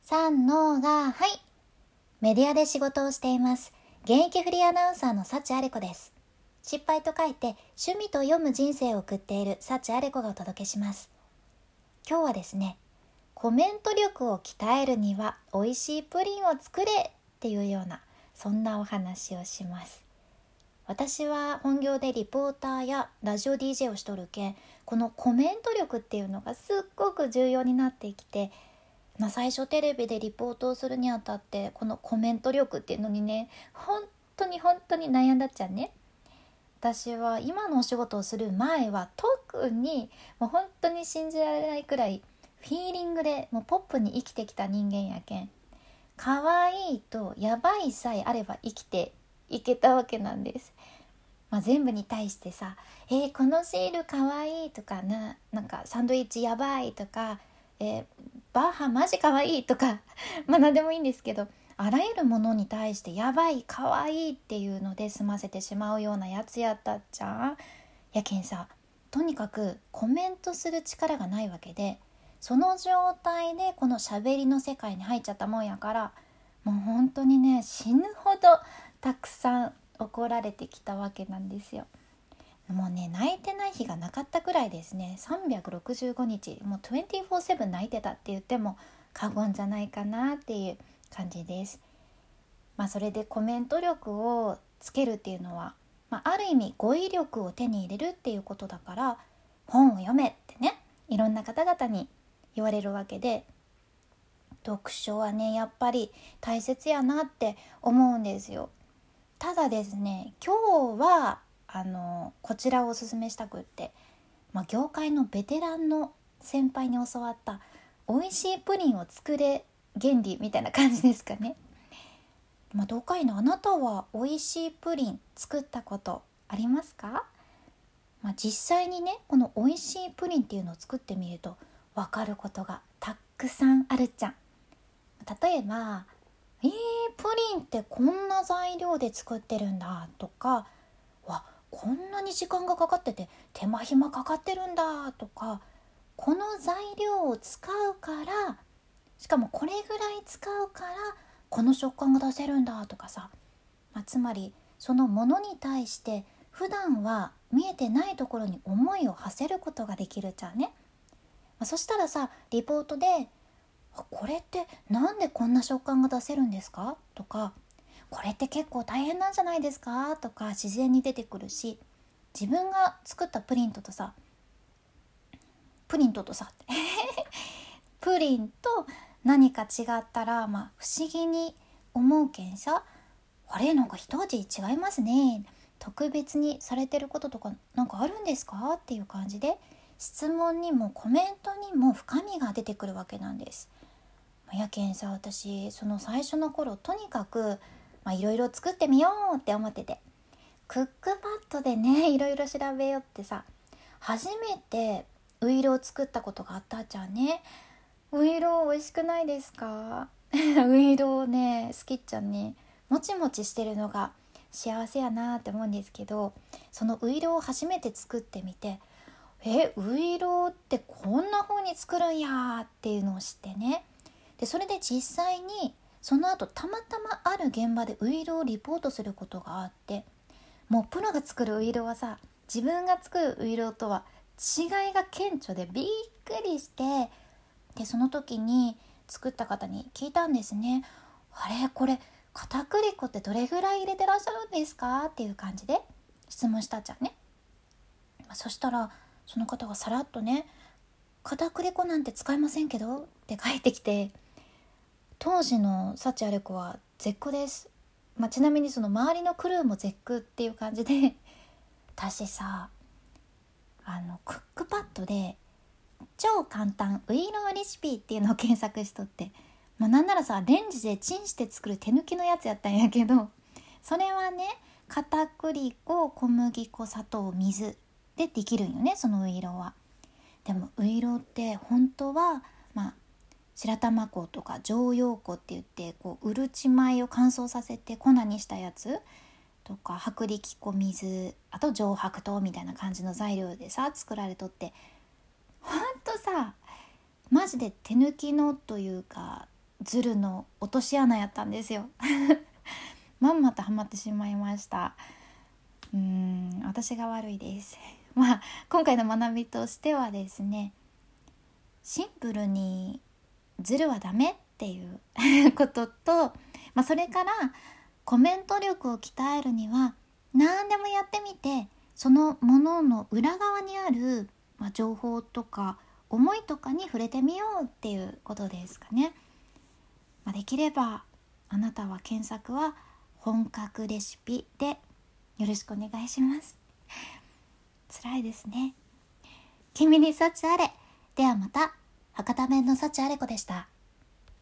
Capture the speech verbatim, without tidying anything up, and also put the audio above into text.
三のがはい。メディアで仕事をしています現役フリーアナウンサーの幸あれ子です。失敗と書いて趣味と読む人生を送っている幸あれ子がお届けします。今日はですね、コメント力を鍛えるには美味しいプリンを作れっていうようなそんなお話をします。私は本業でリポーターやラジオ ディージェー をしとるけん、このコメント力っていうのがすっごく重要になってきて、まあ、最初テレビでリポートをするにあたってこのコメント力っていうのにね、本当に本当に悩んだっちゃうね。私は今のお仕事をする前は特にもう本当に信じられないくらいフィーリングでもうポップに生きてきた人間やけん、可愛いとやばいさえあれば生きていけたわけなんです。まあ、全部に対してさ、えー、このシールかわいいとかな、なんかサンドイッチやばいとか、えー、バーハマジかわいいとかまあ何でもいいんですけど、あらゆるものに対してやばいかわいいっていうので済ませてしまうようなやつやったっちゃん。やけんさ、とにかくコメントする力がないわけで、その状態でこの喋りの世界に入っちゃったもんやから、もう本当にね、死ぬほどたくさん怒られてきたわけなんですよ。もうね、泣いてない日がなかったくらいですね。さんびゃくろくじゅうごにちもうにじゅうよじかん泣いてたって言っても過言じゃないかなっていう感じです。まあそれでコメント力をつけるっていうのは、まあ、ある意味語彙力を手に入れるっていうことだから、本を読めってね、いろんな方々に言われるわけで、読書はねやっぱり大切やなって思うんですよ。ただですね、今日はあのこちらをおすすめしたくって、まあ、業界のベテランの先輩に教わった美味しいプリンを作れ原理みたいな感じですかね。まあ、どうかいのあなたは美味しいプリン作ったことありますか？まあ、実際にね、この美味しいプリンっていうのを作ってみると分かることがたくさんあるっちゃん。例えば、えー、プリンってこんな材料で作ってるんだとか、わ、こんなに時間がかかってて手間暇かかってるんだとか、この材料を使うから、しかもこれぐらい使うからこの食感が出せるんだとかさ、まあ、つまりそのものに対して普段は見えてないところに思いを馳せることができるじゃんね。まあ、そしたらさ、リポートでこれってなんでこんな食感が出せるんですかとか、これって結構大変なんじゃないですかとか自然に出てくるし、自分が作ったプリントとさプリントとさプリンと何か違ったら、まあ、不思議に思うけんさ、あれなんか一味違いますね、特別にされてることとかなんかあるんですかっていう感じで、質問にもコメントにも深みが出てくるわけなんです。やけんさ、私その最初の頃とにかくいろいろ作ってみようって思ってて、クックパッドでねいろいろ調べようってさ、初めてウイロを作ったことがあったじゃんね。ウイロ美味しくないですか？ウイロね好きっちゃんね、もちもちしてるのが幸せやなって思うんですけど、そのウイロを初めて作ってみて、えウイロってこんな風に作るんやっていうのを知ってね。でそれで実際にその後たまたまある現場でウイロをリポートすることがあって、もうプロが作るウイロはさ、自分が作るウイロとは違いが顕著でびっくりして、でその時に作った方に聞いたんですね。あれこれ片栗粉ってどれぐらい入れてらっしゃるんですかっていう感じで質問したじゃんね。そしたらその方がさらっとね、片栗粉なんて使いませんけどって返ってきて、当時の幸あれ子は絶句です。まあ、ちなみにその周りのクルーも絶句っていう感じで、私さ、あのクックパッドで超簡単ウイローレシピっていうのを検索しとって、まあ、なんならさレンジでチンして作る手抜きのやつやったんやけど、それはね片栗粉、小麦粉、砂糖、水でできるんよね、そのウイローは。でもウイローって本当はまあ白玉粉とか上陽粉って言って、こううるち米を乾燥させて粉にしたやつとか、薄力粉、水、あと上白糖みたいな感じの材料でさ作られとって、ほんとさマジで手抜きのというかズルの落とし穴やったんですよまんまとハマってしまいました。うーん私が悪いですまあ今回の学びとしてはですね、シンプルにズルはダメっていうことと、まあ、それからコメント力を鍛えるには何でもやってみて、そのものの裏側にある、まあ、情報とか思いとかに触れてみようっていうことですかね。まあ、できればあなたは検索は本格レシピでよろしくお願いします。辛いですね。君に幸あれ。ではまた。博多弁の幸あれ子でした。